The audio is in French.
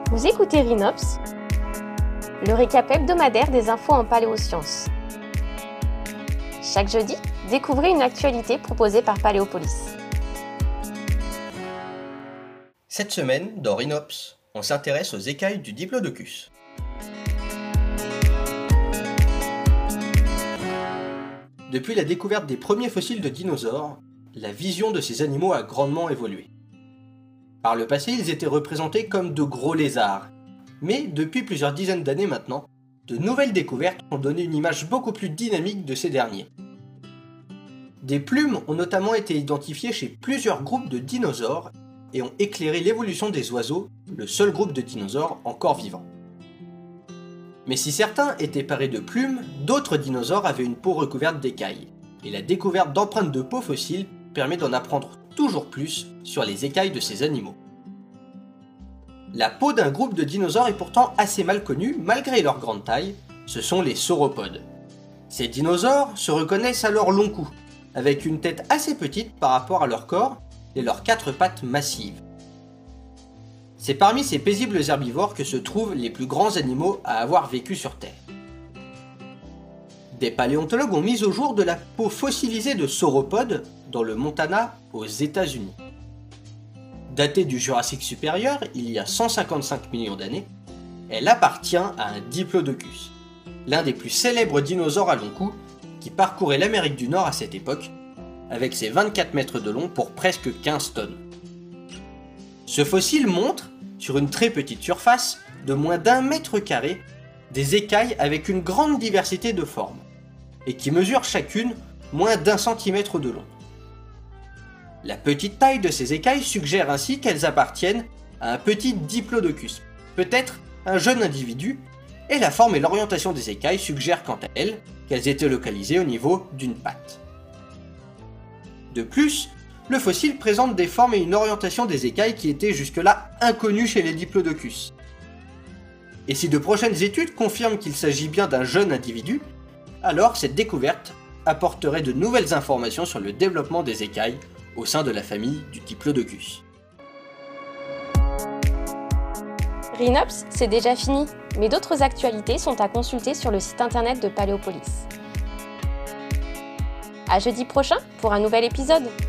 Vous écoutez Rhinops, le récap hebdomadaire des infos en paléosciences. Chaque jeudi, découvrez une actualité proposée par Paléopolis. Cette semaine, dans Rhinops, on s'intéresse aux écailles du Diplodocus. Depuis la découverte des premiers fossiles de dinosaures, la vision de ces animaux a grandement évolué. Par le passé, ils étaient représentés comme de gros lézards, mais depuis plusieurs dizaines d'années maintenant, de nouvelles découvertes ont donné une image beaucoup plus dynamique de ces derniers. Des plumes ont notamment été identifiées chez plusieurs groupes de dinosaures et ont éclairé l'évolution des oiseaux, le seul groupe de dinosaures encore vivant. Mais si certains étaient parés de plumes, d'autres dinosaures avaient une peau recouverte d'écailles, et la découverte d'empreintes de peau fossiles permet d'en apprendre toujours plus sur les écailles de ces animaux. La peau d'un groupe de dinosaures est pourtant assez mal connue malgré leur grande taille, ce sont les sauropodes. Ces dinosaures se reconnaissent à leur long cou, avec une tête assez petite par rapport à leur corps et leurs 4 pattes massives. C'est parmi ces paisibles herbivores que se trouvent les plus grands animaux à avoir vécu sur Terre. Des paléontologues ont mis au jour de la peau fossilisée de sauropodes dans le Montana, aux États-Unis. Datée du Jurassique supérieur, il y a 155 millions d'années, elle appartient à un Diplodocus, l'un des plus célèbres dinosaures à long cou qui parcourait l'Amérique du Nord à cette époque, avec ses 24 mètres de long pour presque 15 tonnes. Ce fossile montre, sur une très petite surface, de moins d'1 mètre carré, des écailles avec une grande diversité de formes, et qui mesurent chacune moins d'1 centimètre de long. La petite taille de ces écailles suggère ainsi qu'elles appartiennent à un petit Diplodocus, peut-être un jeune individu, et la forme et l'orientation des écailles suggèrent quant à elles qu'elles étaient localisées au niveau d'une patte. De plus, le fossile présente des formes et une orientation des écailles qui étaient jusque-là inconnues chez les Diplodocus. Et si de prochaines études confirment qu'il s'agit bien d'un jeune individu, alors cette découverte apporterait de nouvelles informations sur le développement des écailles au sein de la famille du Diplodocus. Rhinops, c'est déjà fini, mais d'autres actualités sont à consulter sur le site internet de Paléopolis. À jeudi prochain pour un nouvel épisode.